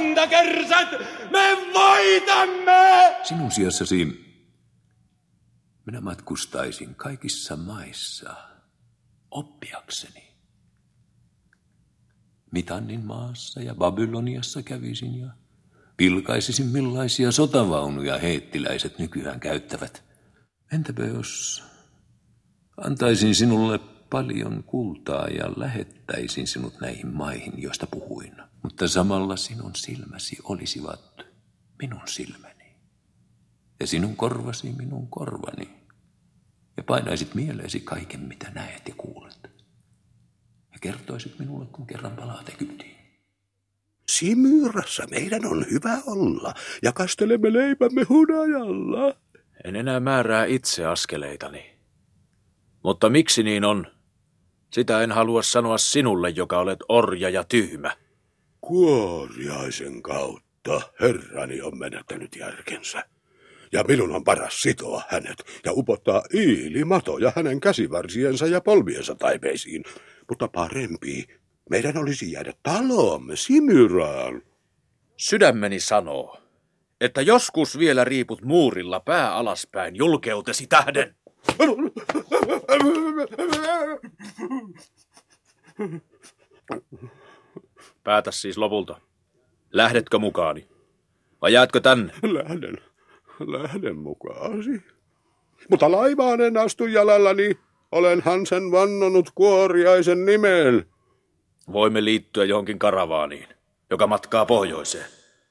rintakersät, me voitamme! Sinun sijassasi minä matkustaisin kaikissa maissa oppiakseni. Mitannin maassa ja Babyloniassa kävisin ja pilkaisisin millaisia sotavaunuja heettiläiset nykyään käyttävät. Entäpä jos antaisin sinulle paljon kultaa ja lähettäisin sinut näihin maihin, joista puhuin, mutta samalla sinun silmäsi olisivat minun silmäni ja sinun korvasi minun korvani ja painaisit mieleesi kaiken, mitä näet ja kuulet ja kertoisit minulle, kun kerran palaat Egyptiin. Simyrassa meidän on hyvä olla ja kastelemme leipämme hunajalla. En enää määrää itse askeleitani. Mutta miksi niin on? Sitä en halua sanoa sinulle, joka olet orja ja tyhmä. Kuoriaisen kautta herrani on menettänyt järkensä. Ja minun on paras sitoa hänet ja upottaa iilimatoja hänen käsivarsiensa ja polviensa taipeisiin. Mutta parempi, meidän olisi jäädä taloomme Simyraan. Sydämeni sanoo, että joskus vielä riiput muurilla pää alaspäin julkeutesi tähden. Päätä siis lopulta. Lähdetkö mukaani? Vai jäätkö tänne? Lähden mukaasi. Mutta laivaan en astu jalallani. Olenhan sen vannonut Kuoriaisen nimellä. Voimme liittyä johonkin karavaaniin, joka matkaa pohjoiseen.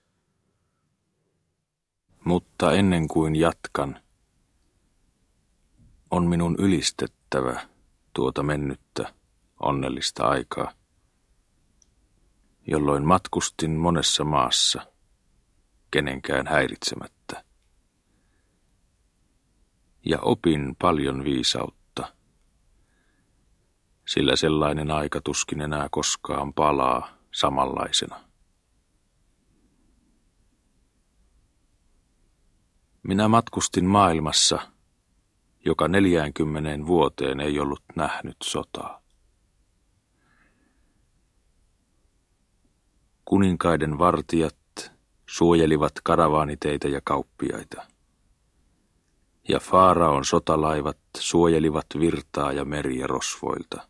Mutta ennen kuin jatkan, on minun ylistettävä tuota mennyttä onnellista aikaa, jolloin matkustin monessa maassa, kenenkään häiritsemättä. Ja opin paljon viisautta, sillä sellainen aika tuskin enää koskaan palaa samanlaisena. Minä matkustin maailmassa, joka 40 vuoteen ei ollut nähnyt sotaa. Kuninkaiden vartijat suojelivat karavaaniteitä ja kauppiaita, ja Faaraon sotalaivat suojelivat virtaa ja meriä rosvoilta.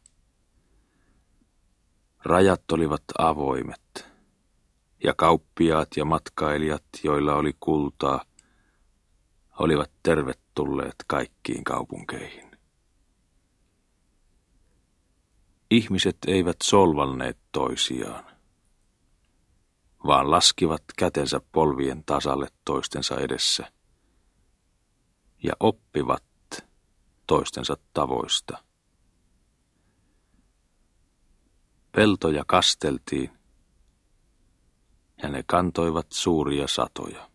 Rajat olivat avoimet, ja kauppiaat ja matkailijat, joilla oli kultaa, olivat tervetulleet kaikkiin kaupunkeihin. Ihmiset eivät solvanneet toisiaan, vaan laskivat kätensä polvien tasalle toistensa edessä ja oppivat toistensa tavoista. Peltoja kasteltiin ja ne kantoivat suuria satoja.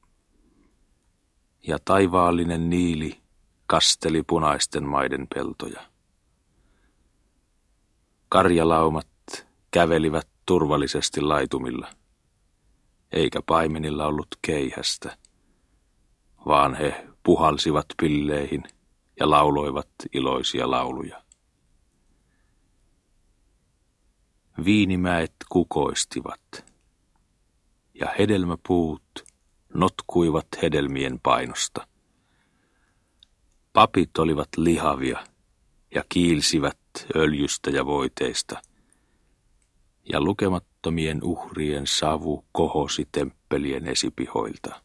Ja taivaallinen Niili kasteli punaisten maiden peltoja. Karjalaumat kävelivät turvallisesti laitumilla, eikä paimenilla ollut keihästä, vaan he puhalsivat pilleihin ja lauloivat iloisia lauluja. Viinimäet kukoistivat, ja hedelmäpuut notkuivat hedelmien painosta. Papit olivat lihavia ja kiilsivät öljystä ja voiteista, ja lukemattomien uhrien savu kohosi temppelien esipihoilta.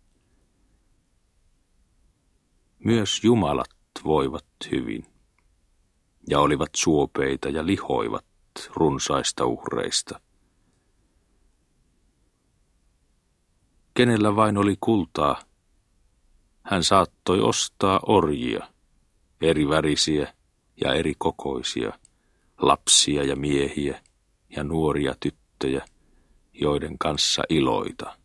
Myös jumalat voivat hyvin, ja olivat suopeita ja lihoivat runsaista uhreista. Kenellä vain oli kultaa, hän saattoi ostaa orjia, eri värisiä ja eri kokoisia, lapsia ja miehiä ja nuoria tyttöjä, joiden kanssa iloita.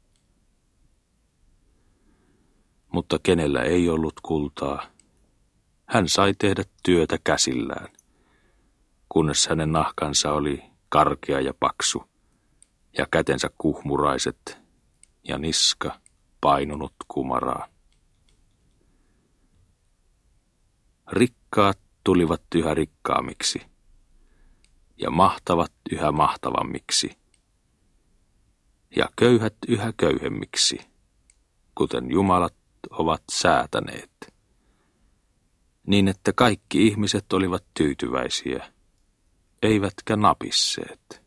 Mutta kenellä ei ollut kultaa, hän sai tehdä työtä käsillään, kunnes hänen nahkansa oli karkea ja paksu, ja kätensä kuhmuraiset, ja niska painunut kumaraan. Rikkaat tulivat yhä rikkaammiksi, ja mahtavat yhä mahtavammiksi. ja köyhät yhä köyhemmiksi, kuten jumalat ovat säätäneet, niin että kaikki ihmiset olivat tyytyväisiä, eivätkä napisseet.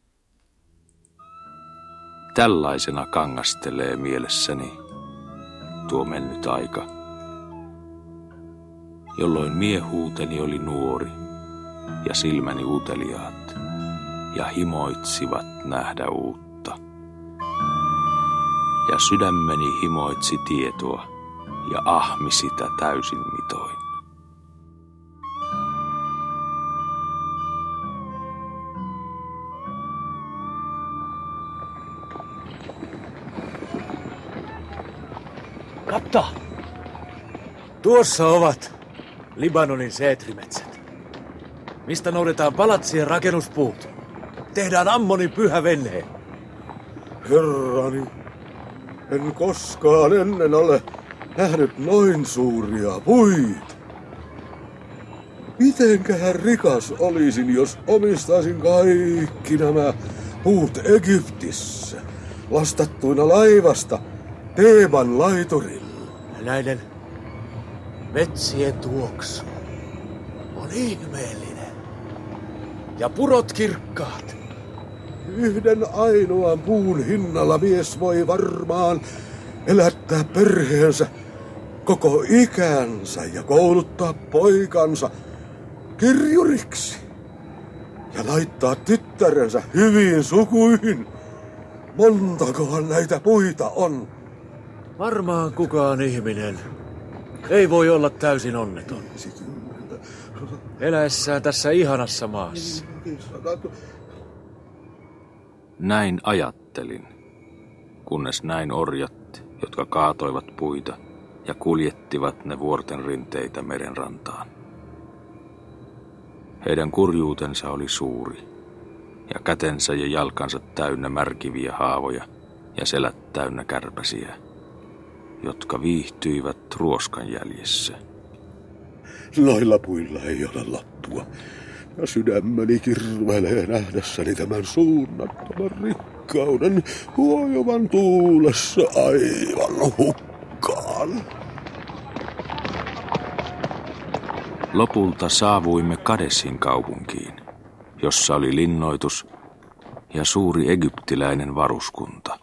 Tällaisena kangastelee mielessäni tuo mennyt aika, jolloin miehuuteni oli nuori ja silmäni uteliaat ja himoitsivat nähdä uutta. Ja sydämeni himoitsi tietoa ja ahmi sitä täysin mitoin. Kapta! Tuossa ovat Libanonin seetrimetsät, mistä noudetaan palatsien rakennuspuut. Tehdään Ammonin pyhä veneen. Herrani, en koskaan ennen ole nähnyt noin suuria puita. Mitenköhän rikas olisin, jos omistaisin kaikki nämä puut Egyptissä, lastattuina laivasta Teeban laiturilla. Näiden metsien tuoksu on ihmeellinen. Ja purot kirkkaat. Yhden ainoan puun hinnalla mies voi varmaan elättää perheensä koko ikänsä ja kouluttaa poikansa kirjuriksi ja laittaa tyttärensä hyviin sukuihin. Montakohan näitä puita on? Varmaan kukaan ihminen ei voi olla täysin onneton eläessään tässä ihanassa maassa. Näin ajattelin, kunnes näin orjat, jotka kaatoivat puita ja kuljettivat ne vuorten rinteitä merenrantaan. Heidän kurjuutensa oli suuri, ja kätensä ja jalkansa täynnä märkiviä haavoja ja selät täynnä kärpäsiä, jotka viihtyivät ruoskan jäljessä. Noilla puilla ei ole loppua, ja sydämeni kirvelee nähdessäni tämän suunnattoman rikkauden huojovan tuulessa aivan hukkaan. Lopulta saavuimme Kadesin kaupunkiin, jossa oli linnoitus ja suuri egyptiläinen varuskunta.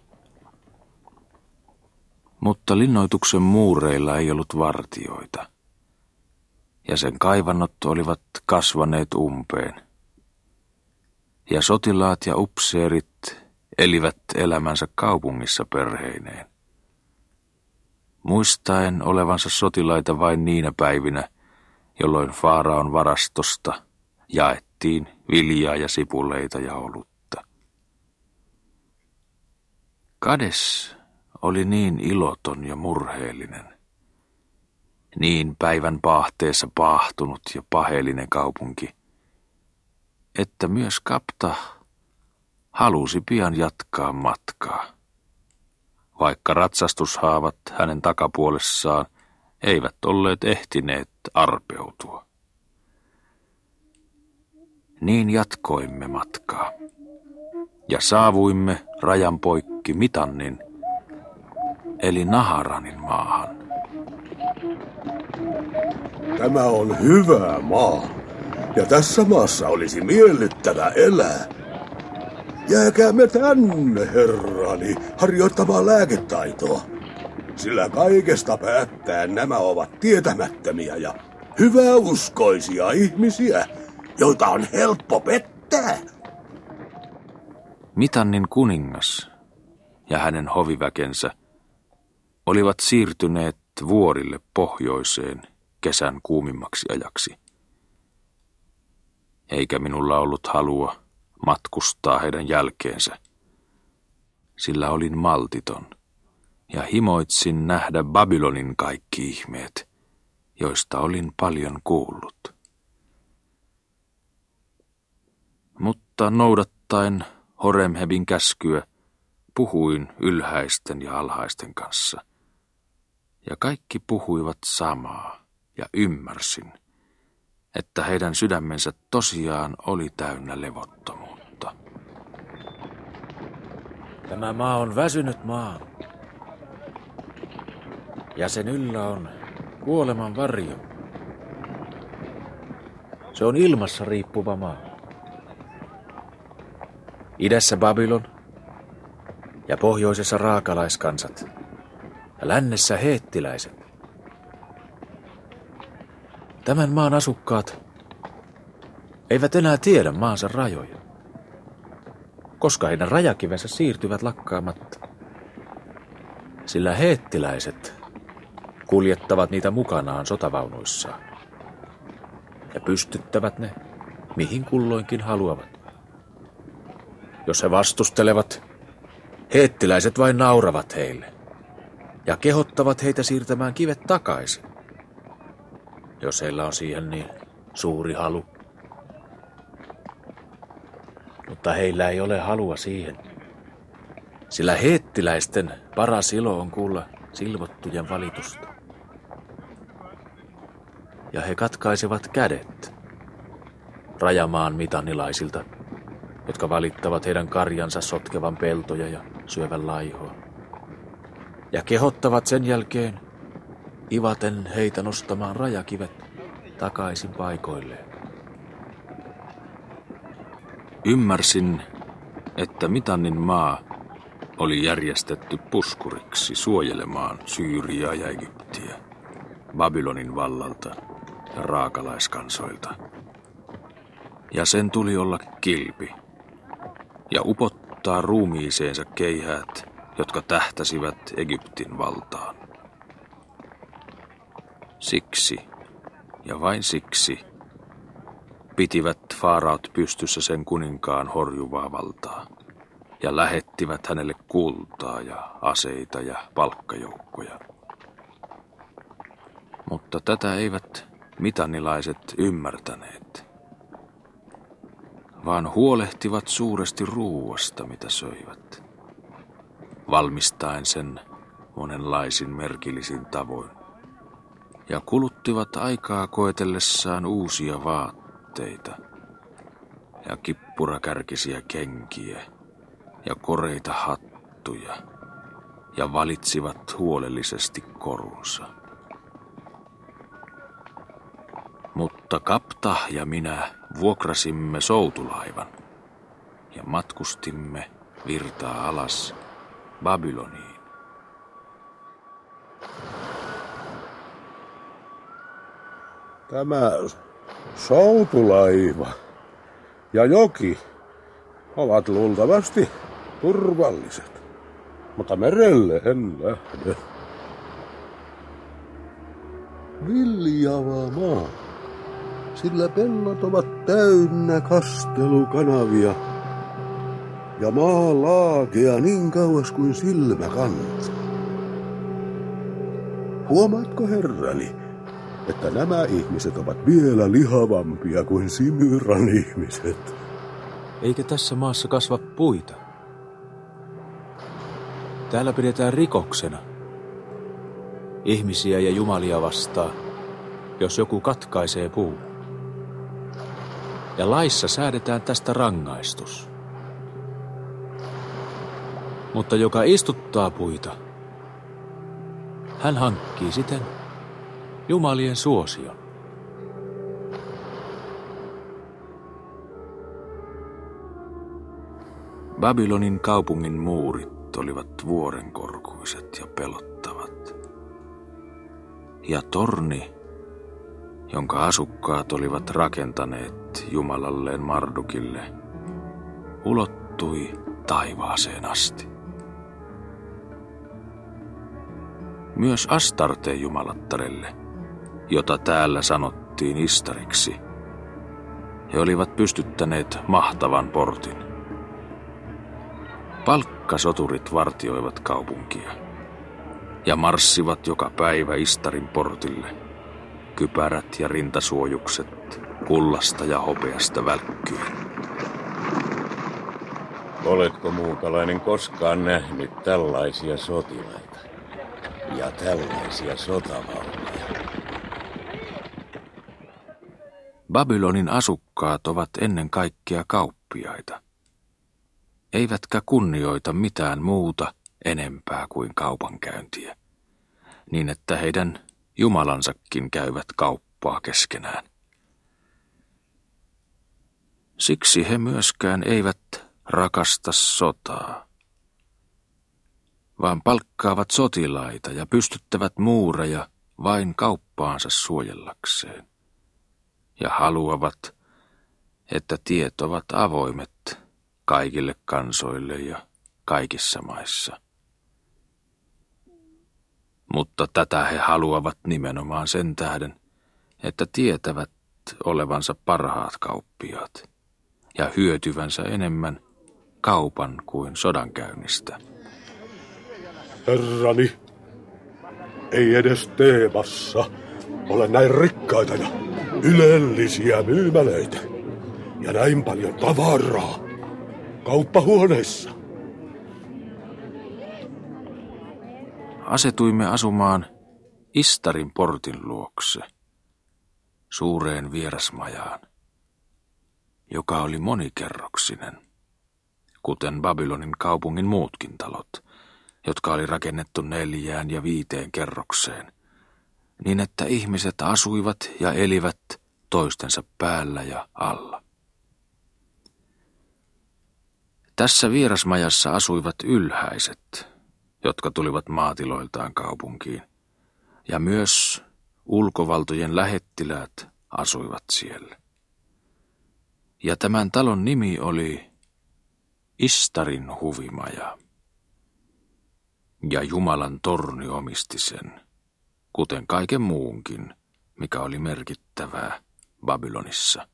Mutta linnoituksen muureilla ei ollut vartioita, ja sen kaivannot olivat kasvaneet umpeen. Ja sotilaat ja upseerit elivät elämänsä kaupungissa perheineen, muistaen olevansa sotilaita vain niinä päivinä, jolloin Faaraon varastosta jaettiin viljaa ja sipuleita ja olutta. Kades oli niin iloton ja murheellinen, niin päivän paahteessa paahtunut ja paheellinen kaupunki, että myös Kapta halusi pian jatkaa matkaa, vaikka ratsastushaavat hänen takapuolessaan eivät olleet ehtineet arpeutua. Niin jatkoimme matkaa ja saavuimme rajan poikki Mitannin eli Naharanin maahan. Tämä on hyvä maa, ja tässä maassa olisi miellyttävä elää. Jääkäämme tänne, herrani, harjoittamaan lääketaitoa. Sillä kaikesta päättäen nämä ovat tietämättömiä ja hyväuskoisia ihmisiä, joita on helppo pettää. Mitannin kuningas ja hänen hoviväkensä olivat siirtyneet vuorille pohjoiseen kesän kuumimmaksi ajaksi. Eikä minulla ollut halua matkustaa heidän jälkeensä, sillä olin maltiton ja himoitsin nähdä Babylonin kaikki ihmeet, joista olin paljon kuullut. Mutta noudattaen Horemhebin käskyä puhuin ylhäisten ja alhaisten kanssa, ja kaikki puhuivat samaa, ja ymmärsin, että heidän sydämensä tosiaan oli täynnä levottomuutta. Tämä maa on väsynyt maa. Ja sen yllä on kuoleman varjo. Se on ilmassa riippuva maa. Idässä Babylon ja pohjoisessa raakalaiskansat ja lännessä heettiläiset. Tämän maan asukkaat eivät enää tiedä maansa rajoja, koska heidän rajakivensä siirtyvät lakkaamatta. Sillä heettiläiset kuljettavat niitä mukanaan sotavaunuissaan ja pystyttävät ne mihin kulloinkin haluavat. Jos he vastustelevat, heettiläiset vain nauravat heille ja kehottavat heitä siirtämään kivet takaisin, jos heillä on siihen niin suuri halu. Mutta heillä ei ole halua siihen, sillä heettiläisten paras ilo on kuulla silvottujen valitusta. Ja he katkaisevat kädet rajamaan mitanilaisilta, jotka valittavat heidän karjansa sotkevan peltoja ja syövän laihoa. Ja kehottavat sen jälkeen ivaten heitä nostamaan rajakivet takaisin paikoilleen. Ymmärsin, että Mitannin maa oli järjestetty puskuriksi suojelemaan Syyriaa ja Egyptiä Babylonin vallalta ja raakalaiskansoilta. Ja sen tuli olla kilpi ja upottaa ruumiiseensa keihäät, jotka tähtäsivät Egyptin valtaan. Siksi ja vain siksi pitivät faaraot pystyssä sen kuninkaan horjuvaa valtaa ja lähettivät hänelle kultaa ja aseita ja palkkajoukkoja. Mutta tätä eivät mitanilaiset ymmärtäneet, vaan huolehtivat suuresti ruuasta, mitä söivät, valmistaen sen monenlaisin merkillisin tavoin, ja kuluttivat aikaa koetellessaan uusia vaatteita ja kippurakärkisiä kenkiä ja koreita hattuja ja valitsivat huolellisesti korunsa. Mutta Kaptah ja minä vuokrasimme soutulaivan ja matkustimme virtaa alas Babyloniin. Tämä soutulaiva ja joki ovat luultavasti turvalliset, mutta merelle en lähde. Viljava maa, sillä pellot ovat täynnä kastelukanavia ja maa laakea niin kauas kuin silmä kantaa. Huomaatko, herrani, että nämä ihmiset ovat vielä lihavampia kuin Simyran ihmiset? Eikä tässä maassa kasva puita. Täällä pidetään rikoksena ihmisiä ja jumalia vastaan, jos joku katkaisee puun. Ja laissa säädetään tästä rangaistus. Mutta joka istuttaa puita, hän hankkii siten jumalien suosion. Babylonin kaupungin muurit olivat vuorenkorkuiset ja pelottavat. Ja torni, jonka asukkaat olivat rakentaneet jumalalleen Mardukille, ulottui taivaaseen asti. Myös Astarteen jumalattarelle, jota täällä sanottiin Istariksi, he olivat pystyttäneet mahtavan portin. Palkkasoturit vartioivat kaupunkia ja marssivat joka päivä Istarin portille, kypärät ja rintasuojukset kullasta ja hopeasta välkkyen. Oletko muukalainen koskaan nähnyt tällaisia sotilaita ja tällaisia sotavaunuja? Babylonin asukkaat ovat ennen kaikkea kauppiaita. eivätkä kunnioita mitään muuta enempää kuin kaupankäyntiä, niin että heidän jumalansakin käyvät kauppaa keskenään. Siksi he myöskään eivät rakasta sotaa, vaan palkkaavat sotilaita ja pystyttävät muureja vain kauppaansa suojellakseen, ja haluavat, että tiet ovat avoimet kaikille kansoille ja kaikissa maissa. Mutta tätä he haluavat nimenomaan sen tähden, että tietävät olevansa parhaat kauppiaat ja hyötyvänsä enemmän kaupan kuin sodankäynnistä. Herrani, ei edes Teebassa ole näin rikkaita ja ylellisiä myymälöitä ja näin paljon tavaraa kauppahuoneissa. Asetuimme asumaan Istarin portin luokse, suureen vierasmajaan, joka oli monikerroksinen, kuten Babylonin kaupungin muutkin talot, jotka oli rakennettu 4 ja 5 kerrokseen, niin että ihmiset asuivat ja elivät toistensa päällä ja alla. Tässä vierasmajassa asuivat ylhäiset, jotka tulivat maatiloiltaan kaupunkiin, ja myös ulkovaltojen lähettiläät asuivat siellä. Ja tämän talon nimi oli Istarin huvimaja. Ja Jumalan torni omisti sen, kuten kaiken muunkin, mikä oli merkittävää Babylonissa.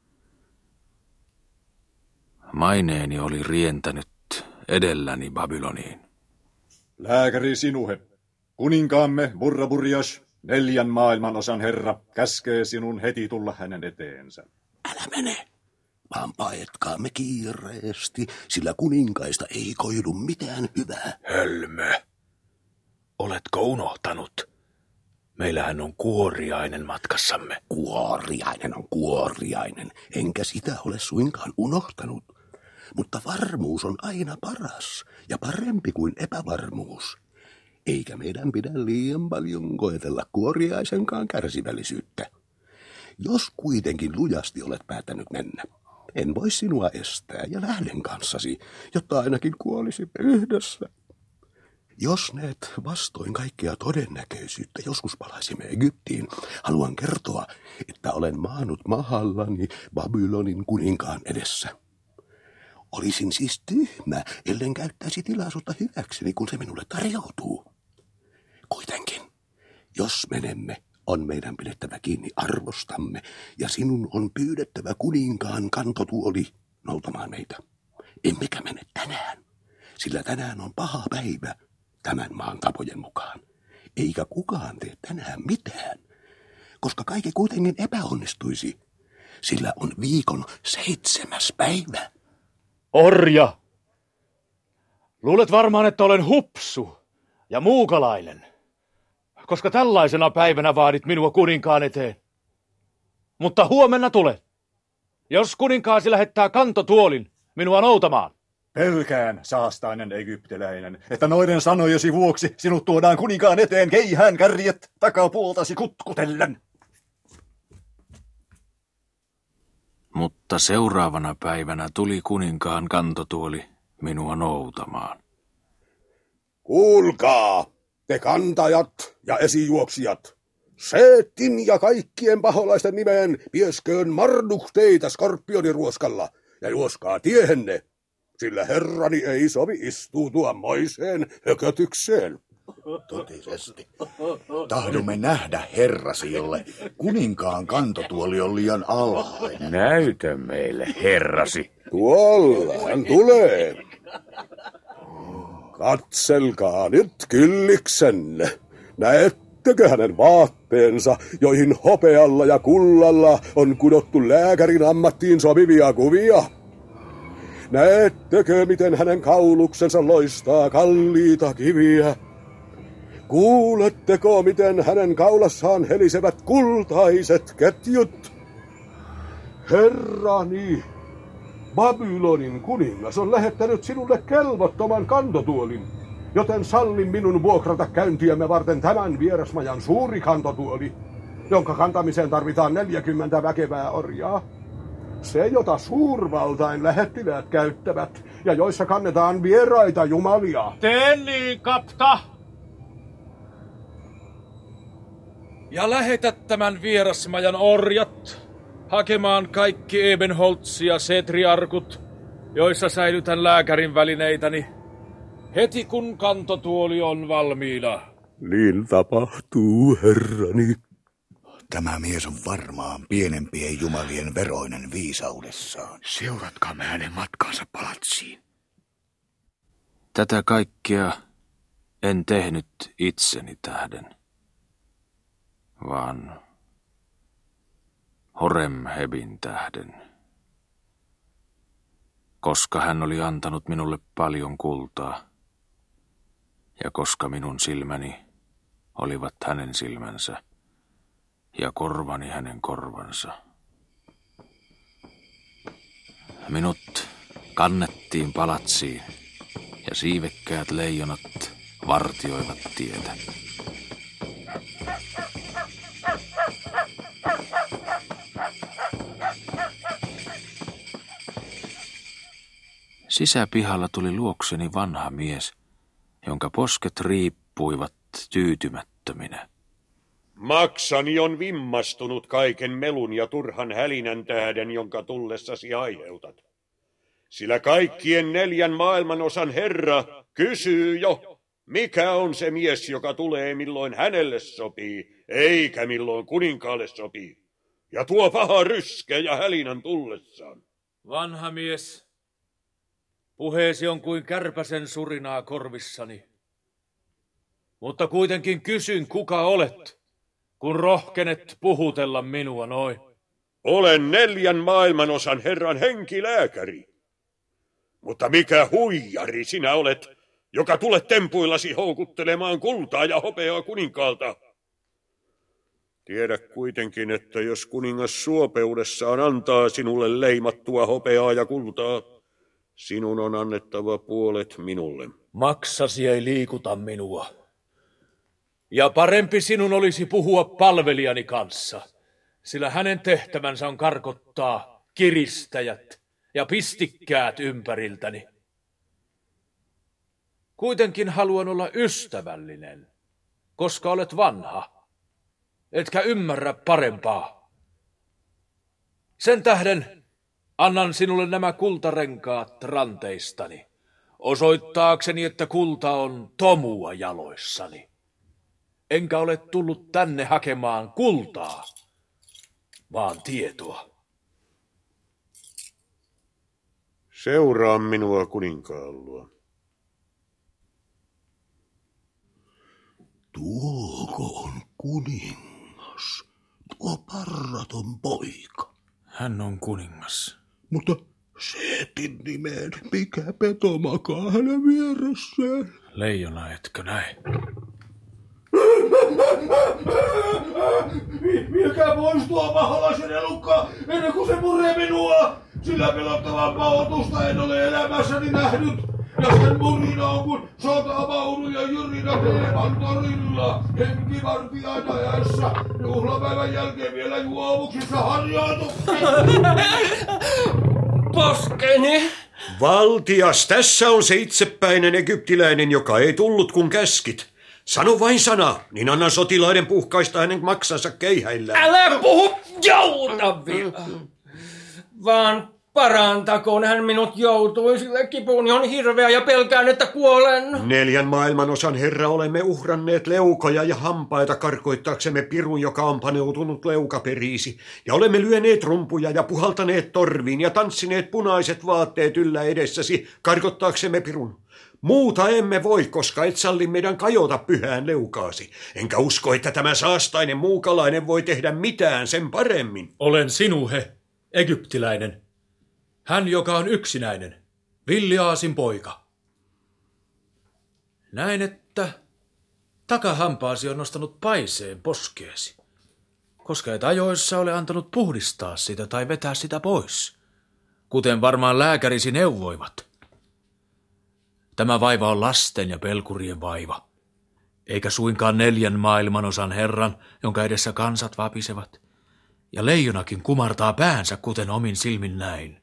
Maineeni oli rientänyt edelläni Babyloniin. Lääkäri Sinuhe, kuninkaamme Burraburjas, 4 maailmanosan herra, käskee sinun heti tulla hänen eteensä. Älä mene, vaan paetkaamme kiireesti, sillä kuninkaista ei koidu mitään hyvää. Hölmö, oletko unohtanut? Meillähän on kuoriainen matkassamme. Kuoriainen on kuoriainen, enkä sitä ole suinkaan unohtanut. Mutta varmuus on aina paras ja parempi kuin epävarmuus. Eikä meidän pidä liian paljon koetella kuoriaisenkaan kärsivällisyyttä. Jos kuitenkin lujasti olet päättänyt mennä, en voi sinua estää ja lähden kanssasi, jotta ainakin kuolisimme yhdessä. Jos näet vastoin kaikkea todennäköisyyttä joskus palaisimme Egyptiin, haluan kertoa, että olen maannut mahallani Babylonin kuninkaan edessä. Olisin siis tyhmä, ellen käyttäisi tilaisuutta hyväkseni, kun se minulle tarjoutuu. Kuitenkin, jos menemme, on meidän pidettävä kiinni arvostamme, ja sinun on pyydettävä kuninkaan kantotuoli noutamaan meitä. Emmekä mene tänään, sillä tänään on paha päivä tämän maan tapojen mukaan. Eikä kukaan tee tänään mitään, koska kaikki kuitenkin epäonnistuisi, sillä on viikon 7. päivä. Orja! Luulet varmaan, että olen hupsu ja muukalainen, koska tällaisena päivänä vaadit minua kuninkaan eteen. Mutta huomenna tule, jos kuninkaasi lähettää kantotuolin minua noutamaan. Pelkään, saastainen egyptiläinen, että noiden sanojesi vuoksi sinut tuodaan kuninkaan eteen keihään kärjet takapuoltasi kutkutellen. Mutta seuraavana päivänä tuli kuninkaan kantotuoli minua noutamaan. Kuulkaa, te kantajat ja esijuoksijat. Seetin ja kaikkien paholaisten nimeen piesköön Marduk teitä skorpioniruoskalla ja juoskaa tiehenne, sillä herrani ei sovi istuutua moiseen hökötykseen. Totisesti. Tahdomme nähdä herrasi, jolle kuninkaan kantotuoli on liian alhainen. Näytä meille, herrasi. Tuolla hän tulee. Katselkaa nyt kylliksenne. Näettekö hänen vaatteensa, joihin hopealla ja kullalla on kudottu lääkärin ammattiin sopivia kuvia? Näettekö, miten hänen kauluksensa loistaa kalliita kiviä? Kuuletteko, miten hänen kaulassaan helisevät kultaiset ketjut? Herrani, Babylonin kuningas on lähettänyt sinulle kelvottoman kantotuolin, joten salli minun vuokrata käyntiämme varten tämän vierasmajan suuri kantotuoli, jonka kantamiseen tarvitaan 40 väkevää orjaa. Se, jota suurvaltain lähettiläät käyttävät, ja joissa kannetaan vieraita jumalia. Tee niin, kapta! Ja lähetä tämän vierasmajan orjat hakemaan kaikki Ebenholtz- ja Setriarkut, joissa säilytän lääkärin välineitäni, heti kun kantotuoli on valmiina. Niin tapahtuu, herrani. Tämä mies on varmaan pienempien jumalien veroinen viisaudessaan. Seuratkaamme hänen matkaansa palatsiin. Tätä kaikkea en tehnyt itseni tähden, vaan Horemhebin tähden, koska hän oli antanut minulle paljon kultaa, ja koska minun silmäni olivat hänen silmänsä, ja korvani hänen korvansa. Minut kannettiin palatsiin, ja siivekkäät leijonat vartioivat tietä. Sisäpihalla tuli luokseni vanha mies, jonka posket riippuivat tyytymättöminä. Maksani on vimmastunut kaiken melun ja turhan hälinän tähden, jonka tullessasi aiheutat. Sillä kaikkien 4 maailmanosan Herra kysyy jo, mikä on se mies, joka tulee milloin hänelle sopii, eikä milloin kuninkaalle sopii. Ja tuo paha ryske ja hälinän tullessaan. Vanha mies, puheesi on kuin kärpäsen surinaa korvissani. Mutta kuitenkin kysyn, kuka olet, kun rohkenet puhutella minua noin. Olen 4 maailmanosan Herran henkilääkäri. Mutta mikä huijari sinä olet, joka tulet tempuillasi houkuttelemaan kultaa ja hopeaa kuninkaalta? Tiedä kuitenkin, että jos kuningas suopeudessaan antaa sinulle leimattua hopeaa ja kultaa, sinun on annettava puolet minulle. Maksasi ei liikuta minua. Ja parempi sinun olisi puhua palvelijani kanssa, sillä hänen tehtävänsä on karkottaa kiristäjät ja pistikkäät ympäriltäni. Kuitenkin haluan olla ystävällinen, koska olet vanha, etkä ymmärrä parempaa. Sen tähden annan sinulle nämä kultarenkaat ranteistani, osoittaakseni, että kulta on tomua jaloissani. Enkä ole tullut tänne hakemaan kultaa, vaan tietoa. Seuraa minua kuninkaan luo. Tuoko on kuningas? Tuo parraton poika. Hän on kuningas. Mutta Seetin nimeen, mikä peto makaa hänen vieressään? Leijona, etkö näe? Viekää pois tuo paholaisen elukka ennen kuin se puree minua, sillä pelottavaa pahoitusta en ole elämässäni nähnyt. Ja sen murina on kuin sotavaunu ja jyrinä Teeman torilla, henkivartijan ajassa, juhlapäivän jälkeen vielä juovuksissa harjoituksessa. Poskeni! Valtias, tässä on se itsepäinen egyptiläinen, joka ei tullut kun käskit. Sano vain sana, niin annan sotilaiden puhkaista hänen maksansa keihäillään. Älä puhu joutavia, vaan parantakoon hän minut joutui, sillä kipuni on hirveä ja pelkään, että kuolen. 4 maailmanosan Herra olemme uhranneet leukoja ja hampaita karkoittaaksemme pirun, joka on paneutunut leukaperiisi. Ja olemme lyöneet rumpuja ja puhaltaneet torviin ja tanssineet punaiset vaatteet yllä edessäsi karkoittaaksemme pirun. Muuta emme voi, koska et salli meidän kajota pyhään leukaasi. Enkä usko, että tämä saastainen muukalainen voi tehdä mitään sen paremmin. Olen sinuhe, egyptiläinen. Hän, joka on yksinäinen, Villiaasin poika. Näin, että takahampaasi on nostanut paiseen poskeesi, koska et ajoissa ole antanut puhdistaa sitä tai vetää sitä pois. kuten varmaan lääkärisi neuvoivat. Tämä vaiva on lasten ja pelkurien vaiva, eikä suinkaan 4 maailmanosan Herran, jonka edessä kansat vapisevat, ja leijonakin kumartaa päänsä, kuten omin silmin näin.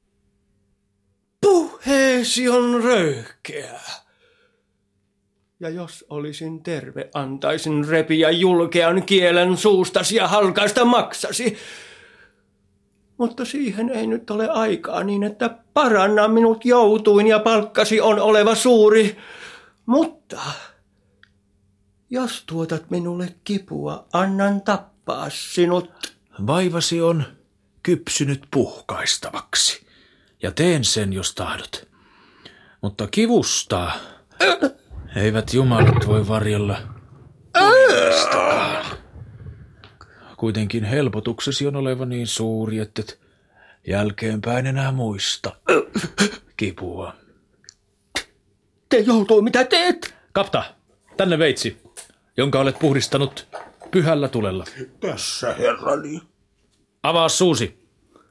Puheesi on röyhkeä. Ja jos olisin terve, antaisin repiä julkean kielen suustasi ja halkaista maksasi. Mutta siihen ei nyt ole aikaa niin, että paranna minut joutuin ja palkkasi on oleva suuri. Mutta jos tuotat minulle kipua, annan tappaa sinut. Vaivasi on kypsynyt puhkaistavaksi, ja teen sen, jos tahdot. Mutta kivusta eivät jumalat voi varjella unistakaan. Kuitenkin helpotuksesi on oleva niin suuri, että et jälkeenpäin enää muista kipua. Te joutuu, mitä teet? Kapta, tänne veitsi, jonka olet puhdistanut pyhällä tulella. Tässä, herrani. Avaa suusi.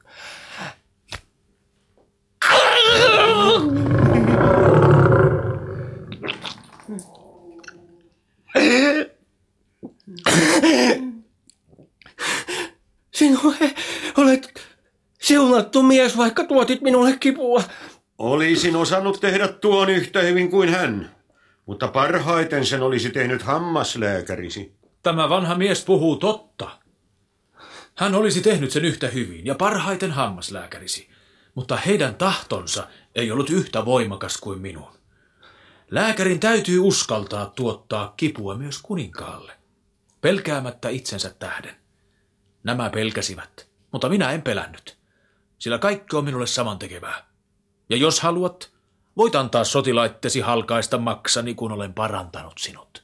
Sinua olet siunattu mies, vaikka tuotit minulle kipua. Olisin osannut tehdä tuon yhtä hyvin kuin hän, mutta parhaiten sen olisi tehnyt hammaslääkärisi. Tämä vanha mies puhuu totta. Hän olisi tehnyt sen yhtä hyvin ja parhaiten hammaslääkärisi, mutta heidän tahtonsa ei ollut yhtä voimakas kuin minun. Lääkärin täytyy uskaltaa tuottaa kipua myös kuninkaalle, pelkäämättä itsensä tähden. Nämä pelkäsivät, mutta minä en pelännyt, sillä kaikki on minulle samantekevää. Ja jos haluat, voit antaa sotilaittesi halkaista maksani, kun olen parantanut sinut.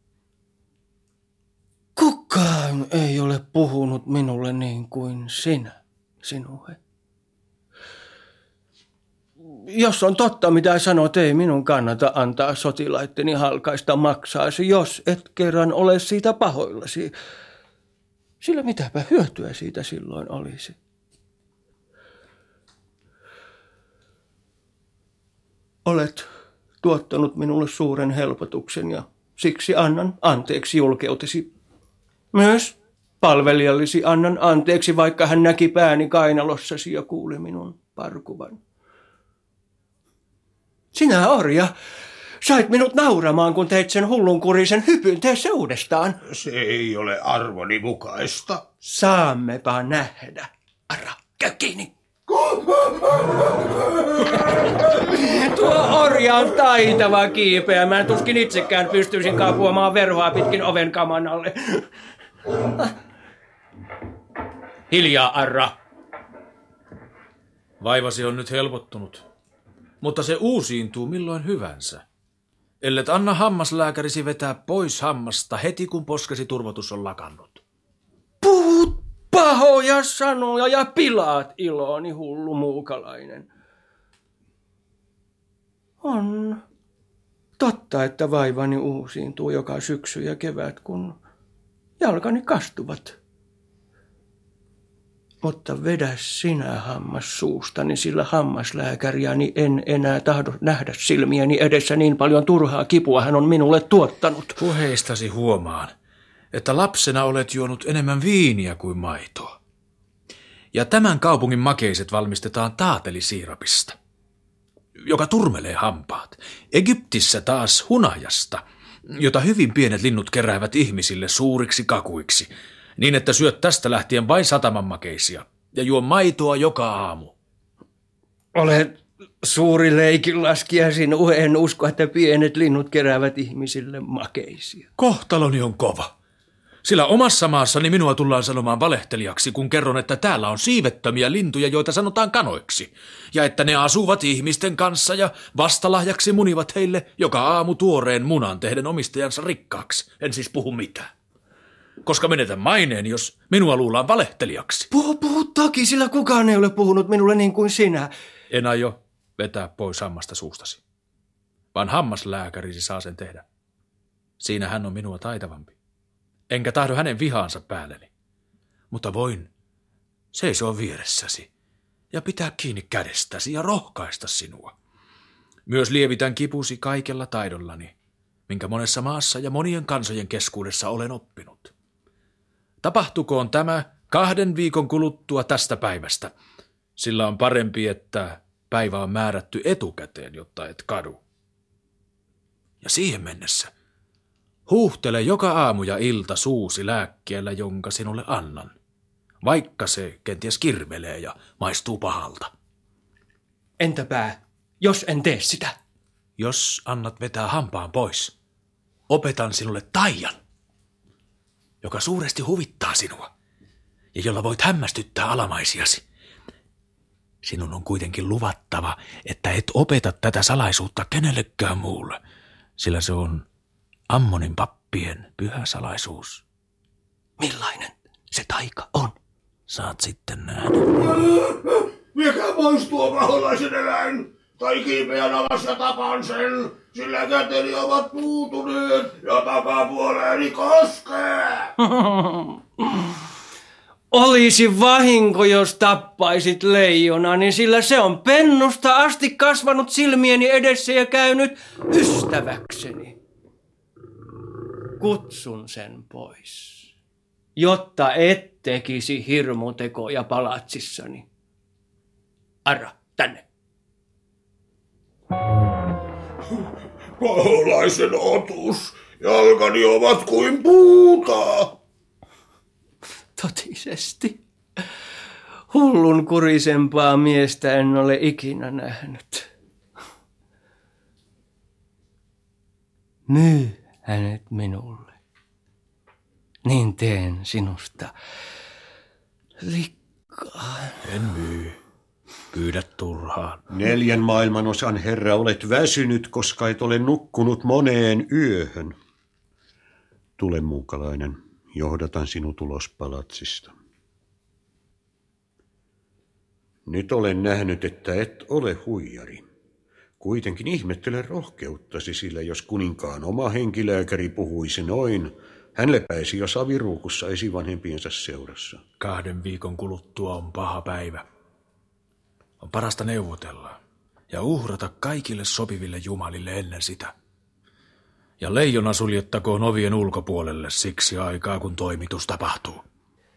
Kukaan ei ole puhunut minulle niin kuin sinä, Sinuhe. Jos on totta, mitä sanot, ei minun kannata antaa sotilaitteni halkaista maksaasi, jos et kerran ole siitä pahoillasi. Sillä mitäpä hyötyä siitä silloin olisi? Olet tuottanut minulle suuren helpotuksen ja siksi annan anteeksi julkeutesi. Myös palvelijallisi annan anteeksi, vaikka hän näki pääni kainalossasi ja kuuli minun parkuvan. Sinä, orja, sait minut nauramaan, kun teit sen hullunkurisen hypyn. Tee se uudestaan. Se ei ole arvoni mukaista. Saammepa nähdä. Ara, käy kiinni. Tuo orja on taitava kiipeä. Mä tuskin itsekään pystyisin kaapuamaan verhoa pitkin oven kaman alle. Hiljaa, Arra. Vaivasi on nyt helpottunut, mutta se uusiintuu milloin hyvänsä. Ellet anna hammaslääkärisi vetää pois hammasta heti, kun poskesi turvotus on lakannut. Puhut pahoja sanoja ja pilaat iloni, hullu muukalainen. On totta, että vaivani uusiintuu joka syksy ja kevät, kun jalkani kastuvat. Mutta vedä sinä hammas suustani, sillä hammaslääkäriäni en enää tahdo nähdä silmieni edessä, niin paljon turhaa kipua hän on minulle tuottanut. Puheistasi huomaan, että lapsena olet juonut enemmän viiniä kuin maitoa. Ja tämän kaupungin makeiset valmistetaan taatelisiirapista, joka turmelee hampaat. Egyptissä taas hunajasta, jota hyvin pienet linnut keräävät ihmisille suuriksi kakuiksi, niin että syöt tästä lähtien vain satamanmakeisia ja juo maitoa joka aamu. Olet suuri leikinlaskija, Sinuhe. En usko, että pienet linnut keräävät ihmisille makeisia. Kohtaloni on kova, sillä omassa maassani minua tullaan sanomaan valehtelijaksi, kun kerron, että täällä on siivettömiä lintuja, joita sanotaan kanoiksi, ja että ne asuvat ihmisten kanssa ja vastalahjaksi munivat heille joka aamu tuoreen munan tehden omistajansa rikkaaksi. En siis puhu mitään, koska menetän maineen, jos minua luullaan valehtelijaksi. Puhu toki, sillä kukaan ei ole puhunut minulle niin kuin sinä. En aio vetää pois hammasta suustasi, vaan hammaslääkärisi saa sen tehdä. Siinä hän on minua taitavampi. Enkä tahdo hänen vihaansa päälleni, mutta voin seisoa vieressäsi ja pitää kiinni kädestäsi ja rohkaista sinua. Myös lievitän kipusi kaikella taidollani, minkä monessa maassa ja monien kansojen keskuudessa olen oppinut. Tapahtukoon tämä 2 viikon kuluttua tästä päivästä, sillä on parempi, että päivä on määrätty etukäteen, jotta et kadu. Ja siihen mennessä huuhtele joka aamu ja ilta suusi lääkkeellä, jonka sinulle annan, vaikka se kenties kirvelee ja maistuu pahalta. Entäpä, jos en tee sitä? Jos annat vetää hampaan pois, opetan sinulle taian, joka suuresti huvittaa sinua ja jolla voit hämmästyttää alamaisiasi. Sinun on kuitenkin luvattava, että et opeta tätä salaisuutta kenellekään muulle, sillä se on Ammonin pappien pyhä salaisuus. Millainen se taika on? Saat sitten nähdä. Mikä pois tuo paholaisen eläin? Tai kiipeän alas ja tapan sen, sillä käteni ovat puutuneet ja takapuoleeni koskee. Olisi vahinko, jos tappaisit leijonani, sillä se on pennusta asti kasvanut silmieni edessä ja käynyt ystäväkseni. Kutsun sen pois, jotta et tekisi hirmutekoja palatsissani. Arra, tänne. Paholaisen otus, jalkani ovat kuin puuta. Totisesti. Hullun kurisempaa miestä en ole ikinä nähnyt. Myy hänet minulle. Niin teen sinusta rikkaan. En myy. Pyydä turhaan. 4 maailmanosan herra, olet väsynyt, koska et ole nukkunut moneen yöhön. Tule, muukalainen, johdatan sinut ulos palatsista. Nyt olen nähnyt, että et ole huijari. Kuitenkin ihmettele rohkeuttasi, sillä jos kuninkaan oma henkilääkäri puhuisi noin, hän lepäisi jo saviruukussa esivanhempiensa seurassa. 2 viikon kuluttua on paha päivä. On parasta neuvotella ja uhrata kaikille sopiville jumalille ennen sitä. Ja leijona suljettakoon ovien ulkopuolelle siksi aikaa, kun toimitus tapahtuu.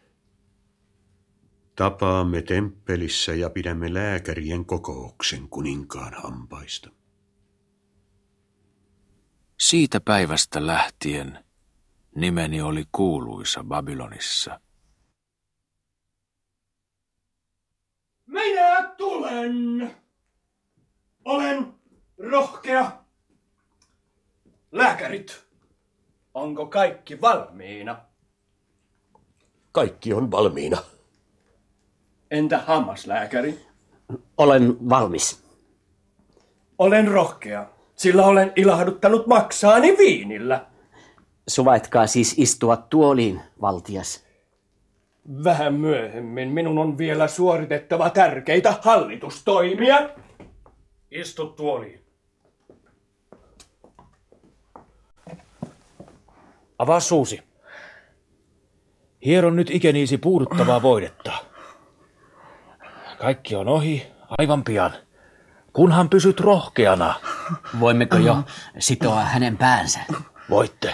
Tapaamme temppelissä ja pidämme lääkärien kokouksen kuninkaan hampaista. Siitä päivästä lähtien nimeni oli kuuluisa Babylonissa. Minä tulen. Olen rohkea. Lääkärit, onko kaikki valmiina? Kaikki on valmiina. Entä hammaslääkäri? Olen valmis. Olen rohkea, sillä olen ilahduttanut maksaani viinillä. Suvaitkaa siis istua tuoliin, valtias. Vähän myöhemmin minun on vielä suoritettava tärkeitä hallitustoimia. Istu tuoliin. Avaa suusi. Hieron nyt ikeniisi puuduttavaa voidetta. Kaikki on ohi aivan pian, kunhan pysyt rohkeana. Voimmeko jo sitoa hänen päänsä? Voitte.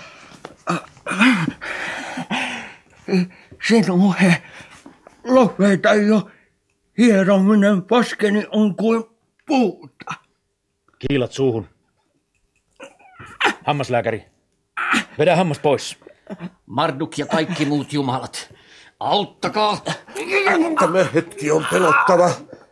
Sinuhe, lopeta jo. Hierominen poskeni on kuin puuta. Kiilat suuhun. Hammaslääkäri, vedä hammas pois. Marduk ja kaikki muut jumalat, auttakaa. Tämä hetki on pelottava.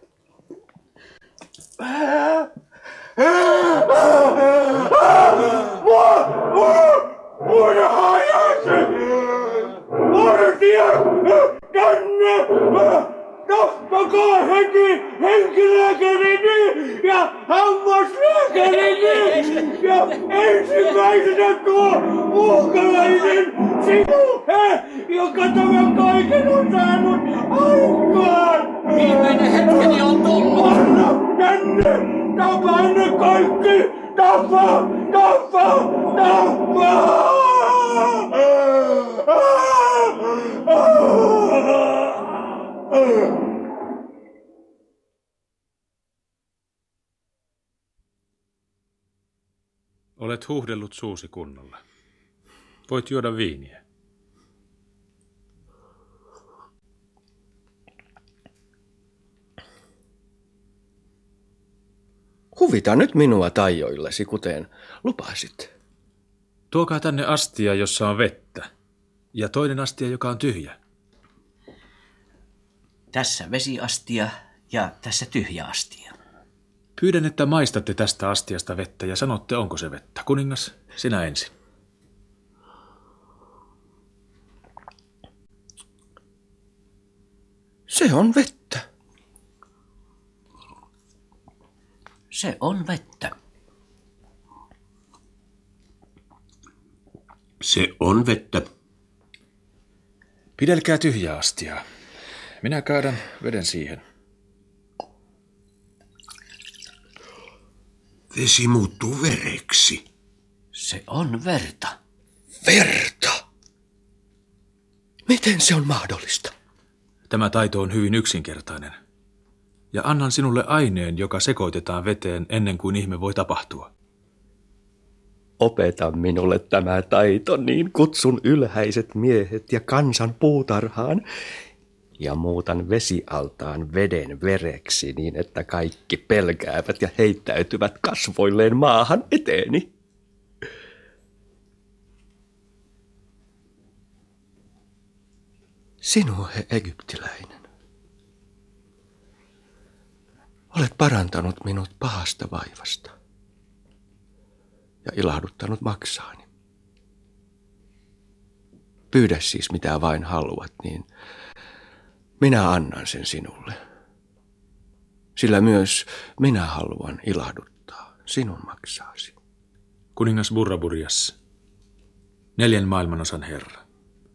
Vartija, tänne! Tappakaa heti henkilääkärini ja hammaslääkärini ja ensimmäisenä tuo muukalainen sinuhe, joka tämän kaiken on saanut aikaan. Viimeinen hetkeni on tullut. Anna tänne! Tapa ne kaikki! Tapa! Tapa! Tapa! Olet huuhdellut suusi kunnolla. Voit juoda viiniä. Huvita nyt minua taijoillesi, kuten lupasit. Tuokaa tänne astia, jossa on vettä, ja toinen astia, joka on tyhjä. Tässä vesiastia ja tässä tyhjä astia. Pyydän, että maistatte tästä astiasta vettä ja sanotte, onko se vettä. Kuningas, sinä ensin. Se on vettä. Se on vettä. Se on vettä. Pidelkää tyhjää astiaa. Minä kaadan veden siihen. Vesi muuttuu vereksi. Se on verta. Verta? Miten se on mahdollista? Tämä taito on hyvin yksinkertainen. Ja annan sinulle aineen, joka sekoitetaan veteen ennen kuin ihme voi tapahtua. Opeta minulle tämä taito, niin kutsun ylhäiset miehet ja kansan puutarhaan ja muutan vesialtaan veden vereksi niin, että kaikki pelkäävät ja heittäytyvät kasvoilleen maahan eteeni. Sinuhe egyptiläinen, olet parantanut minut pahasta vaivasta ja ilahduttanut maksaani. Pyydä siis mitä vain haluat, niin minä annan sen sinulle. Sillä myös minä haluan ilahduttaa sinun maksaasi. Kuningas Burraburias, 4 maailmanosan herra.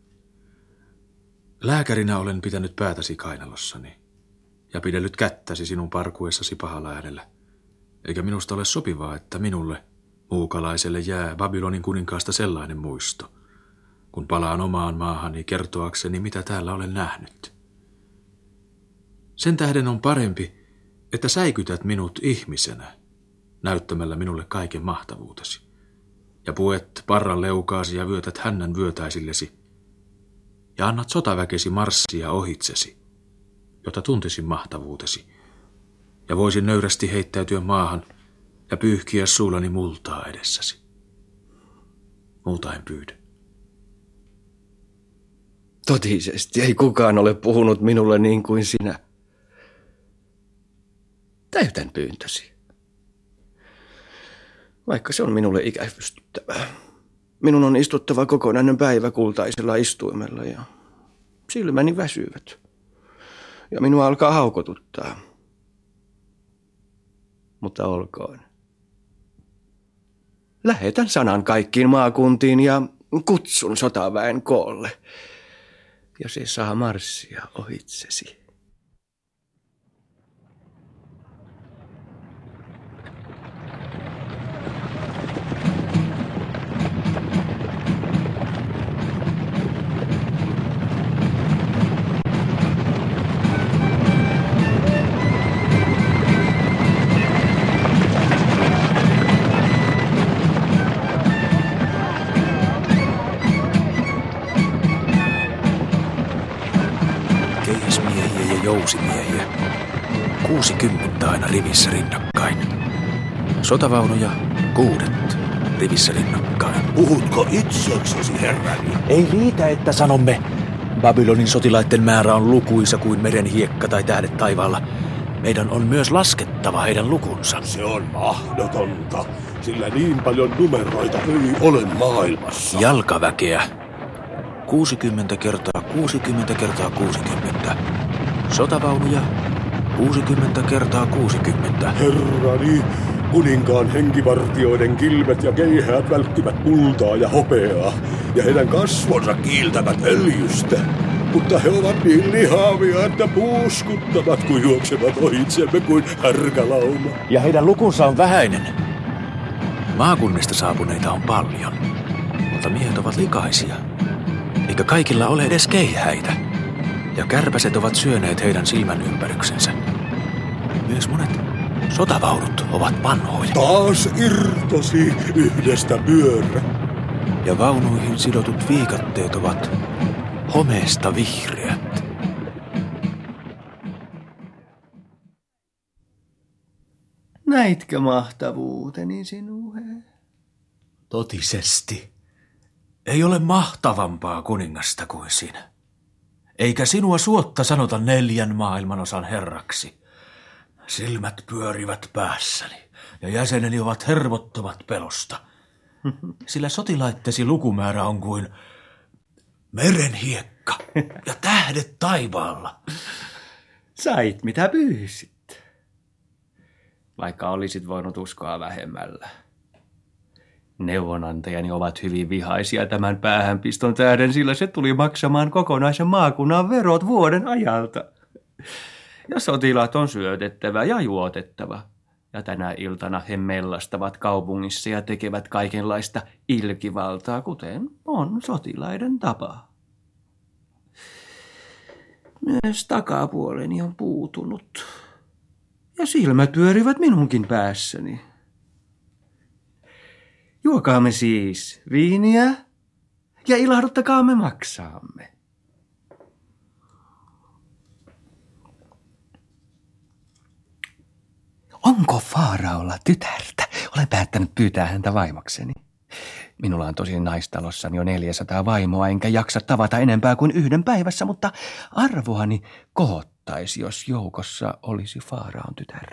Lääkärinä olen pitänyt päätäsi kainalossani ja pidellyt kättäsi sinun parkuessasi pahalla äänellä. Eikä minusta ole sopivaa, että minulle, muukalaiselle, jää Babylonin kuninkaasta sellainen muisto, kun palaan omaan maahani kertoakseni, mitä täällä olen nähnyt. Sen tähden on parempi, että säikytät minut ihmisenä, näyttämällä minulle kaiken mahtavuutesi, ja puet parran leukaasi ja vyötät hännän vyötäisillesi, ja annat sotaväkesi marssia ohitsesi, jotta tuntisin mahtavuutesi, ja voisin nöyrästi heittäytyä maahan ja pyyhkiä suullani multaa edessäsi. Muuta en pyydä. Totisesti ei kukaan ole puhunut minulle niin kuin sinä. Täytän pyyntösi. Vaikka se on minulle ikävystyttävää. Minun on istuttava kokonainen päivä kultaisella istuimella ja silmäni väsyvät. Ja minua alkaa haukotuttaa. Mutta olkoon. Lähetän sanan kaikkiin maakuntiin ja kutsun sotaväen koolle. Ja se saa marssia ohitsesi. Jousimiehiä. 60 aina rivissä rinnakkain. Sotavaunuja 6 rivissä rinnakkain. Puhutko itseksesi, herrani? Ei riitä, että sanomme. Babylonin sotilaiden määrä on lukuisa kuin meren hiekka tai tähdet taivaalla. Meidän on myös laskettava heidän lukunsa. Se on mahdotonta, sillä niin paljon numeroita ei ole maailmassa. Jalkaväkeä. 60 kertaa 60 kertaa 60. Sotavaunuja 60 kertaa 60. Herrani, kuninkaan henkivartioiden kilvet ja keihäät välkkyvät kultaa ja hopeaa, ja heidän kasvonsa kiiltävät öljystä. Mutta he ovat niin lihavia, että puuskuttavat, kun juoksevat ohitsemme kuin härkälauma. Ja heidän lukunsa on vähäinen. Maakunnista saapuneita on paljon, mutta miehet ovat likaisia, eikä kaikilla ole edes keihäitä. Ja kärpäset ovat syöneet heidän silmän ympäryksensä. Myös monet Sotavaunut ovat vanhoja. Taas irtosi yhdestä pyörä. Ja vaunuihin sidotut viikatteet ovat homeesta vihreät. Näitkö mahtavuuteni sinuhe? Totisesti. Ei ole mahtavampaa kuningasta kuin sinä. Eikä sinua suotta sanota 4 maailmanosan herraksi. Silmät pyörivät päässäni ja jäseneni ovat hervottomat pelosta. Sillä sotilaittesi lukumäärä on kuin meren hiekka ja tähdet taivaalla. Sait mitä pyysit. Vaikka olisit voinut uskoa vähemmällä. Neuvonantajani ovat hyvin vihaisia tämän päähänpiston tähden, sillä se tuli maksamaan kokonaisen maakunnan verot vuoden ajalta. Ja sotilaat on syötettävä ja juotettava. Ja tänä iltana he mellastavat kaupungissa ja tekevät kaikenlaista ilkivaltaa, kuten on sotilaiden tapa. Myös takapuoleni on puutunut. Ja silmät pyörivät minunkin päässäni. Juokaamme siis viiniä ja ilahduttakaamme maksaamme. Onko Faaraolla tytärtä? Olen päättänyt pyytää häntä vaimokseni. Minulla on tosin naistalossani jo 400 vaimoa, enkä jaksa tavata enempää kuin 1 päivässä, mutta arvoani kohottaisi, jos joukossa olisi Faaraon tytär.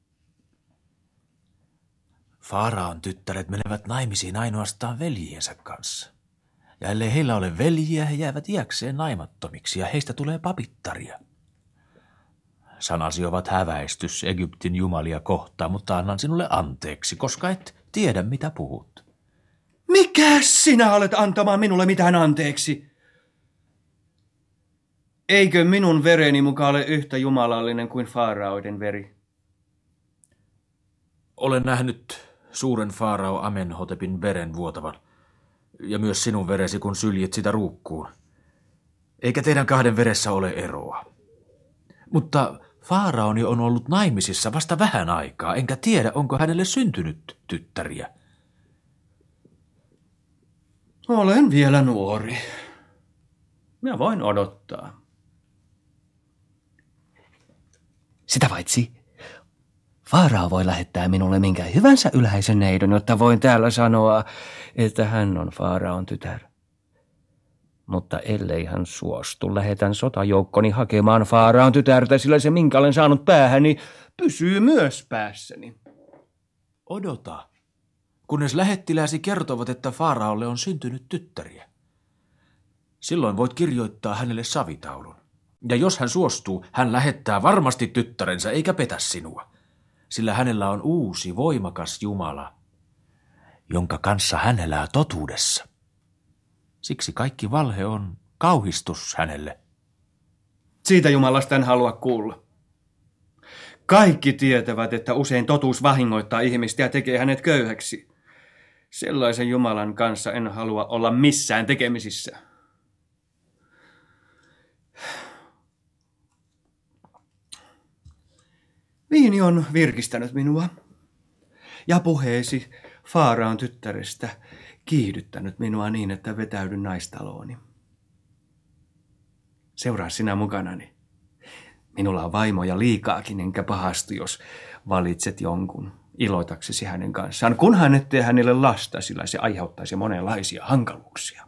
Faaraon tyttäret menevät naimisiin ainoastaan veljiensä kanssa. Ja ellei heillä ole veljiä, he jäävät iäkseen naimattomiksi ja heistä tulee papittaria. Sanasi ovat häväistys Egyptin jumalia kohtaan, mutta annan sinulle anteeksi, koska et tiedä mitä puhut. Mikä sinä olet antamaan minulle mitään anteeksi? Eikö minun vereni mukaan ole yhtä jumalallinen kuin Faaraoiden veri? Olen nähnyt suuren Faarao Amenhotepin veren vuotavan, ja myös sinun veresi, kun syljit sitä ruukkuun. Eikä teidän 2 veressä ole eroa. Mutta Faaraoni on ollut naimisissa vasta vähän aikaa, enkä tiedä, onko hänelle syntynyt tyttäriä. Olen vielä nuori. Minä voin odottaa. Sitä paitsi Faarao voi lähettää minulle minkä hyvänsä ylhäisen neidon, jotta voin täällä sanoa, että hän on Faaraon tytär. Mutta ellei hän suostu, lähetän sotajoukkoni hakemaan Faaraon tytärtä, sillä se minkä olen saanut päähäni pysyy myös päässäni. Odota, kunnes lähettiläsi kertovat, että Faaraolle on syntynyt tyttäriä. Silloin voit kirjoittaa hänelle savitaulun. Ja jos hän suostuu, hän lähettää varmasti tyttärensä eikä petä sinua. Sillä hänellä on uusi voimakas Jumala, jonka kanssa hän elää totuudessa. Siksi kaikki valhe on kauhistus hänelle. Siitä Jumalasta en halua kuulla. Kaikki tietävät, että usein totuus vahingoittaa ihmistä ja tekee hänet köyhäksi. Sellaisen Jumalan kanssa en halua olla missään tekemisissä. Viini on virkistänyt minua. Ja puheesi Faaraon tyttärestä kiihdyttänyt minua niin, että vetäydyn naistalooni. Seuraa sinä mukanani. Minulla on vaimoja liikaakin, enkä pahastu, jos valitset jonkun iloitaksesi hänen kanssaan, kunhan et tee hänelle lasta, sillä se aiheuttaisi monenlaisia hankaluuksia.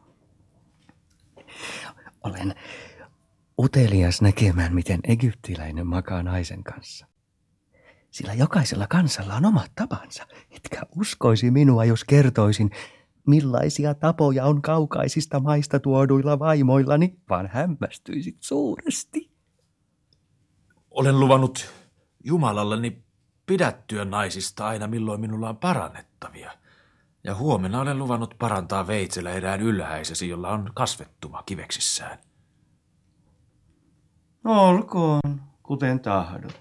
Olen utelias näkemään, miten egyptiläinen makaa naisen kanssa. Sillä jokaisella kansalla on omat tapansa, etkä uskoisi minua, jos kertoisin, millaisia tapoja on kaukaisista maista tuoduilla vaimoillani, vaan hämmästyisit suuresti. Olen luvannut Jumalalleni pidättyä naisista aina milloin minulla on parannettavia. Ja huomenna olen luvannut parantaa veitsellä erään ylhäisesi, jolla on kasvettuma kiveksissään. Olkoon, kuten tahdot.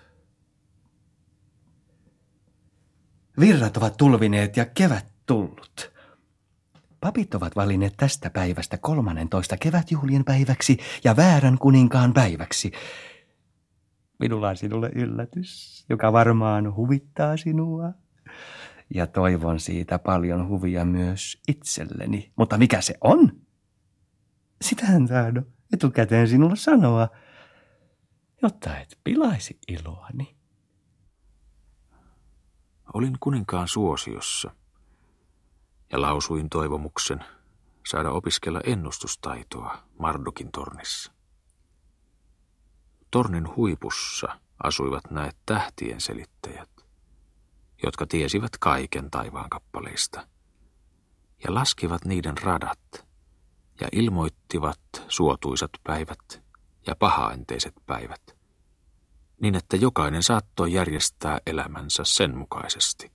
Virrat ovat tulvineet ja kevät tullut. Papit ovat valinneet tästä päivästä 13 kevätjuhlien päiväksi ja väärän kuninkaan päiväksi. Minulla on sinulle yllätys, joka varmaan huvittaa sinua. Ja toivon siitä paljon huvia myös itselleni. Mutta mikä se on? Sitä en tahdo etukäteen sinulle sanoa, jotta et pilaisi iloani. Olin kuninkaan suosiossa ja lausuin toivomuksen saada opiskella ennustustaitoa Mardokin tornissa. Tornin huipussa asuivat näet tähtien selittäjät, jotka tiesivät kaiken taivaan kappaleista ja laskivat niiden radat ja ilmoittivat suotuisat päivät ja pahaenteiset päivät, niin että jokainen saattoi järjestää elämänsä sen mukaisesti.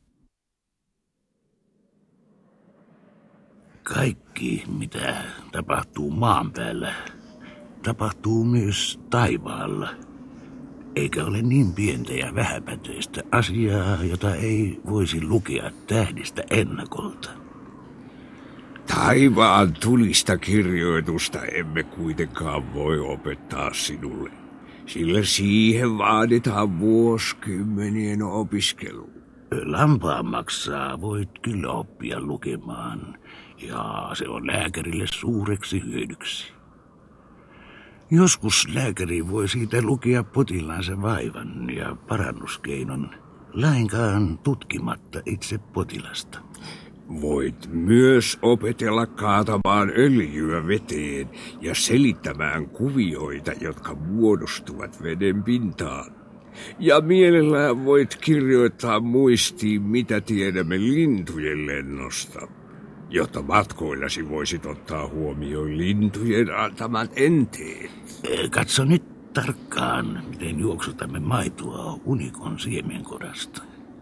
Kaikki, mitä tapahtuu maan päällä, tapahtuu myös taivaalla. Eikä ole niin pientä ja vähäpätöistä asiaa, jota ei voisi lukea tähdistä ennakolta. Taivaan tulista kirjoitusta emme kuitenkaan voi opettaa sinulle, sillä siihen vaaditaan vuosikymmenien opiskelu. Lampaan maksaa voit kyllä oppia lukemaan, ja se on lääkärille suureksi hyödyksi. Joskus lääkäri voi siitä lukea potilaansa vaivan ja parannuskeinon, lainkaan tutkimatta itse potilasta. Voit myös opetella kaatamaan öljyä veteen ja selittämään kuvioita, jotka muodostuvat veden pintaan. Ja mielellään voit kirjoittaa muistiin, mitä tiedämme lintujen lennosta, jotta matkoillasi voisit ottaa huomioon lintujen antamat enteet. Katso nyt tarkkaan, miten juoksutamme maitoa unikon siemenkodasta.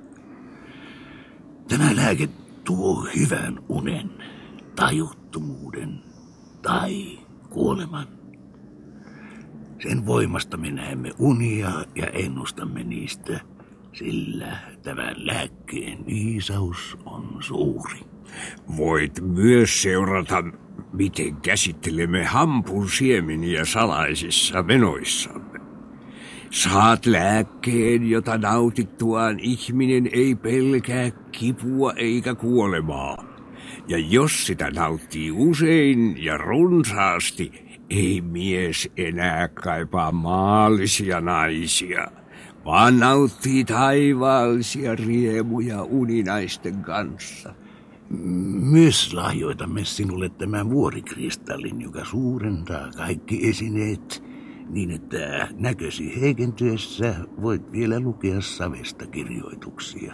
Tämä lääke tuo hyvän unen, tajuttomuuden tai kuoleman. Sen voimasta me näemme unia ja ennustamme niistä, sillä tämän lääkkeen viisaus on suuri. Voit myös seurata, miten käsittelemme hampun siemeniä salaisissa menoissamme. Saat lääkkeen, jota nautittuaan ihminen ei pelkää kipua eikä kuolemaa. Ja jos sitä nauttii usein ja runsaasti, ei mies enää kaipaa maallisia naisia, vaan nauttii taivaallisia riemuja uninaisten kanssa. Myös lahjoitamme sinulle tämän vuorikristallin, joka suurentaa kaikki esineet, niin että näkösi heikentyessä voit vielä lukea savesta kirjoituksia.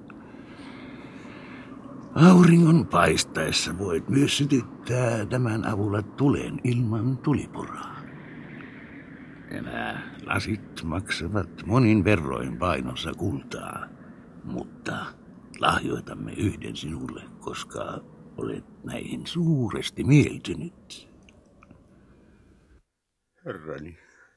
Auringon paistaessa voit myös sytyttää tämän avulla tulen ilman tuliporaa. Nämä lasit maksavat monin verroin painossa kultaa, mutta lahjoitamme yhden sinulle, koska olet näihin suuresti mieltynyt. Herrani.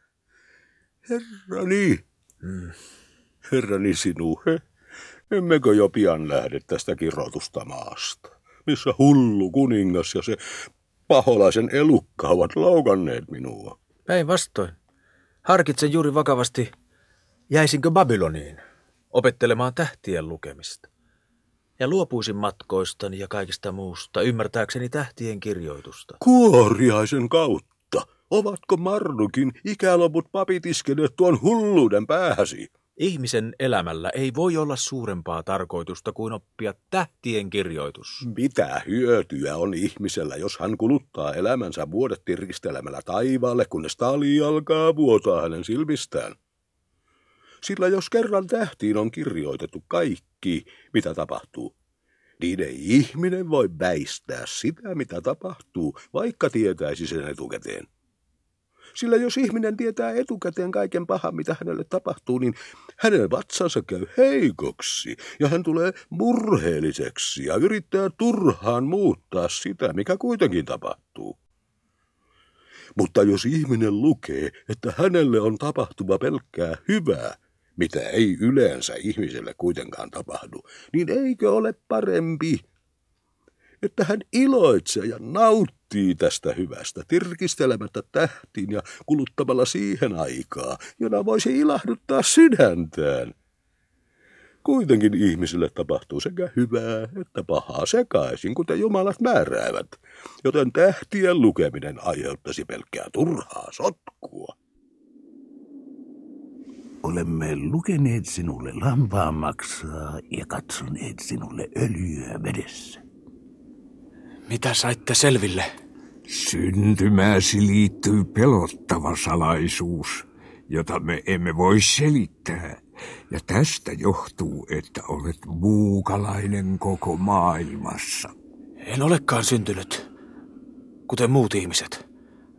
Herrani sinuhe. Emmekö jo pian lähde tästä kirotusta maasta, missä hullu kuningas ja se paholaisen elukka ovat loukanneet minua? Päinvastoin. Harkitsen juuri vakavasti, jäisinkö Babyloniin opettelemaan tähtien lukemista. Ja luopuisin matkoistani ja kaikista muusta, ymmärtääkseni tähtien kirjoitusta. Kuoriaisen kautta. Ovatko Mardukin ikäloput papit iskeneet tuon hulluuden päähäsi? Ihmisen elämällä ei voi olla suurempaa tarkoitusta kuin oppia tähtien kirjoitus. Mitä hyötyä on ihmisellä, jos hän kuluttaa elämänsä vuodet tirkistelemällä taivaalle, kunnes tali alkaa vuotaa hänen silmistään? Sillä jos kerran tähtiin on kirjoitettu kaikki, mitä tapahtuu, niin ei ihminen voi väistää sitä, mitä tapahtuu, vaikka tietäisi sen etukäteen. Sillä jos ihminen tietää etukäteen kaiken pahan, mitä hänelle tapahtuu, niin hänen vatsansa käy heikoksi ja hän tulee murheelliseksi ja yrittää turhaan muuttaa sitä, mikä kuitenkin tapahtuu. Mutta jos ihminen lukee, että hänelle on tapahtuva pelkkää hyvää, mitä ei yleensä ihmiselle kuitenkaan tapahdu, niin eikö ole parempi, että hän iloitsee ja nauttii tästä hyvästä, tirkistelemättä tähtiin ja kuluttamalla siihen aikaa, jona voisi ilahduttaa sydäntään. Kuitenkin ihmisille tapahtuu sekä hyvää että pahaa sekaisin, kuten jumalat määräävät, joten tähtien lukeminen aiheuttaisi pelkkää turhaa sotkua. Olemme lukeneet sinulle lampaan maksaa ja katsoneet sinulle öljyä vedessä. Mitä saitte selville? Syntymääsi liittyy pelottava salaisuus, jota me emme voi selittää. Ja tästä johtuu, että olet muukalainen koko maailmassa. En olekaan syntynyt, kuten muut ihmiset.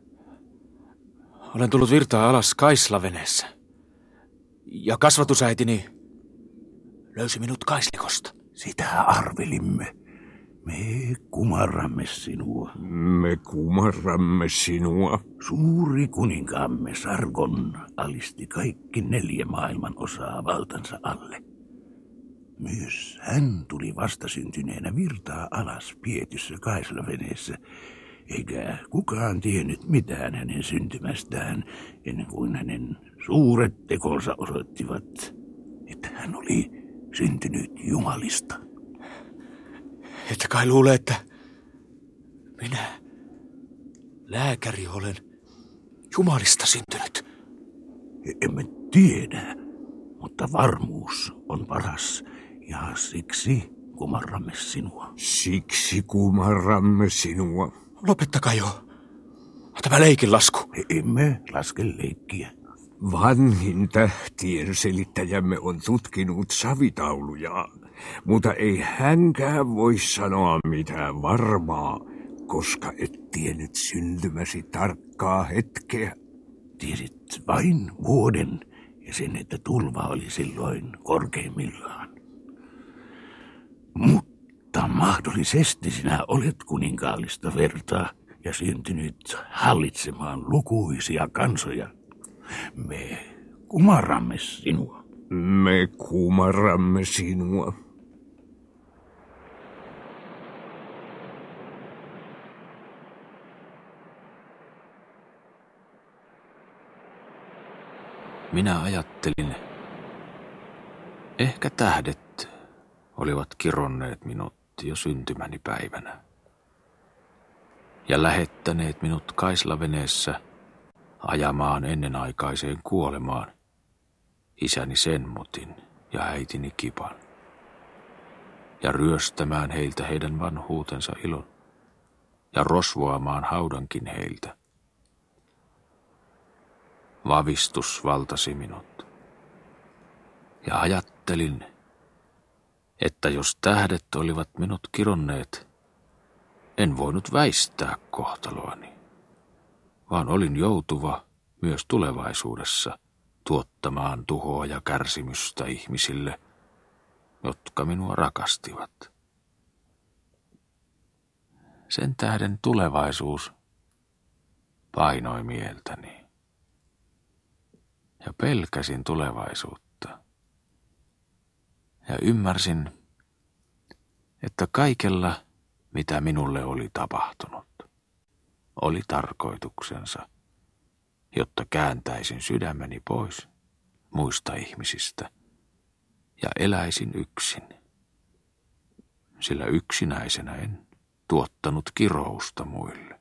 Olen tullut virtaa alas Kaislaveneessä. Ja kasvatusäitini löysi minut Kaislikosta. Sitä arvelimme. Me kumarramme sinua. Me kumarramme sinua. Suuri kuninkaamme Sargon alisti kaikki 4 maailman osaa valtansa alle. Myös hän tuli vastasyntyneenä virtaa alas pietyssä Kaislaveneessä, eikä kukaan tiennyt mitään hänen syntymästään, ennen kuin hänen suuret tekonsa osoittivat, että hän oli syntynyt jumalista. Että kai luulee, että minä, lääkäri, olen jumalista syntynyt. Emme tiedä, mutta varmuus on paras ja siksi kumarramme sinua. Siksi kumarramme sinua. Lopettakaa jo. Tämä leikinlasku. Emme laske leikkiä. Vanhin tähtien selittäjämme on tutkinut savitaulujaan, mutta ei hänkään voi sanoa mitään varmaa, koska et tiennyt syntymäsi tarkkaa hetkeä. Tiesit vain vuoden ja sen, että tulva oli silloin korkeimmillaan. Mutta mahdollisesti sinä olet kuninkaallista vertaa ja syntynyt hallitsemaan lukuisia kansoja. Me kumarramme sinua. Me kumarramme sinua. Minä ajattelin, ehkä tähdet olivat kironneet minut jo syntymäni päivänä ja lähettäneet minut Kaislaveneessä ajamaan ennenaikaiseen kuolemaan isäni Senmutin ja äitini Kipan ja ryöstämään heiltä heidän vanhuutensa ilon ja rosvoamaan haudankin heiltä. Vavistus valtasi minut ja ajattelin, että jos tähdet olivat minut kironneet, en voinut väistää kohtaloani, vaan olin joutuva myös tulevaisuudessa tuottamaan tuhoa ja kärsimystä ihmisille, jotka minua rakastivat. Sen tähden tulevaisuus painoi mieltäni ja pelkäsin tulevaisuutta ja ymmärsin, että kaikella, mitä minulle oli tapahtunut, oli tarkoituksensa, jotta kääntäisin sydämeni pois muista ihmisistä ja eläisin yksin, sillä yksinäisenä en tuottanut kirousta muille.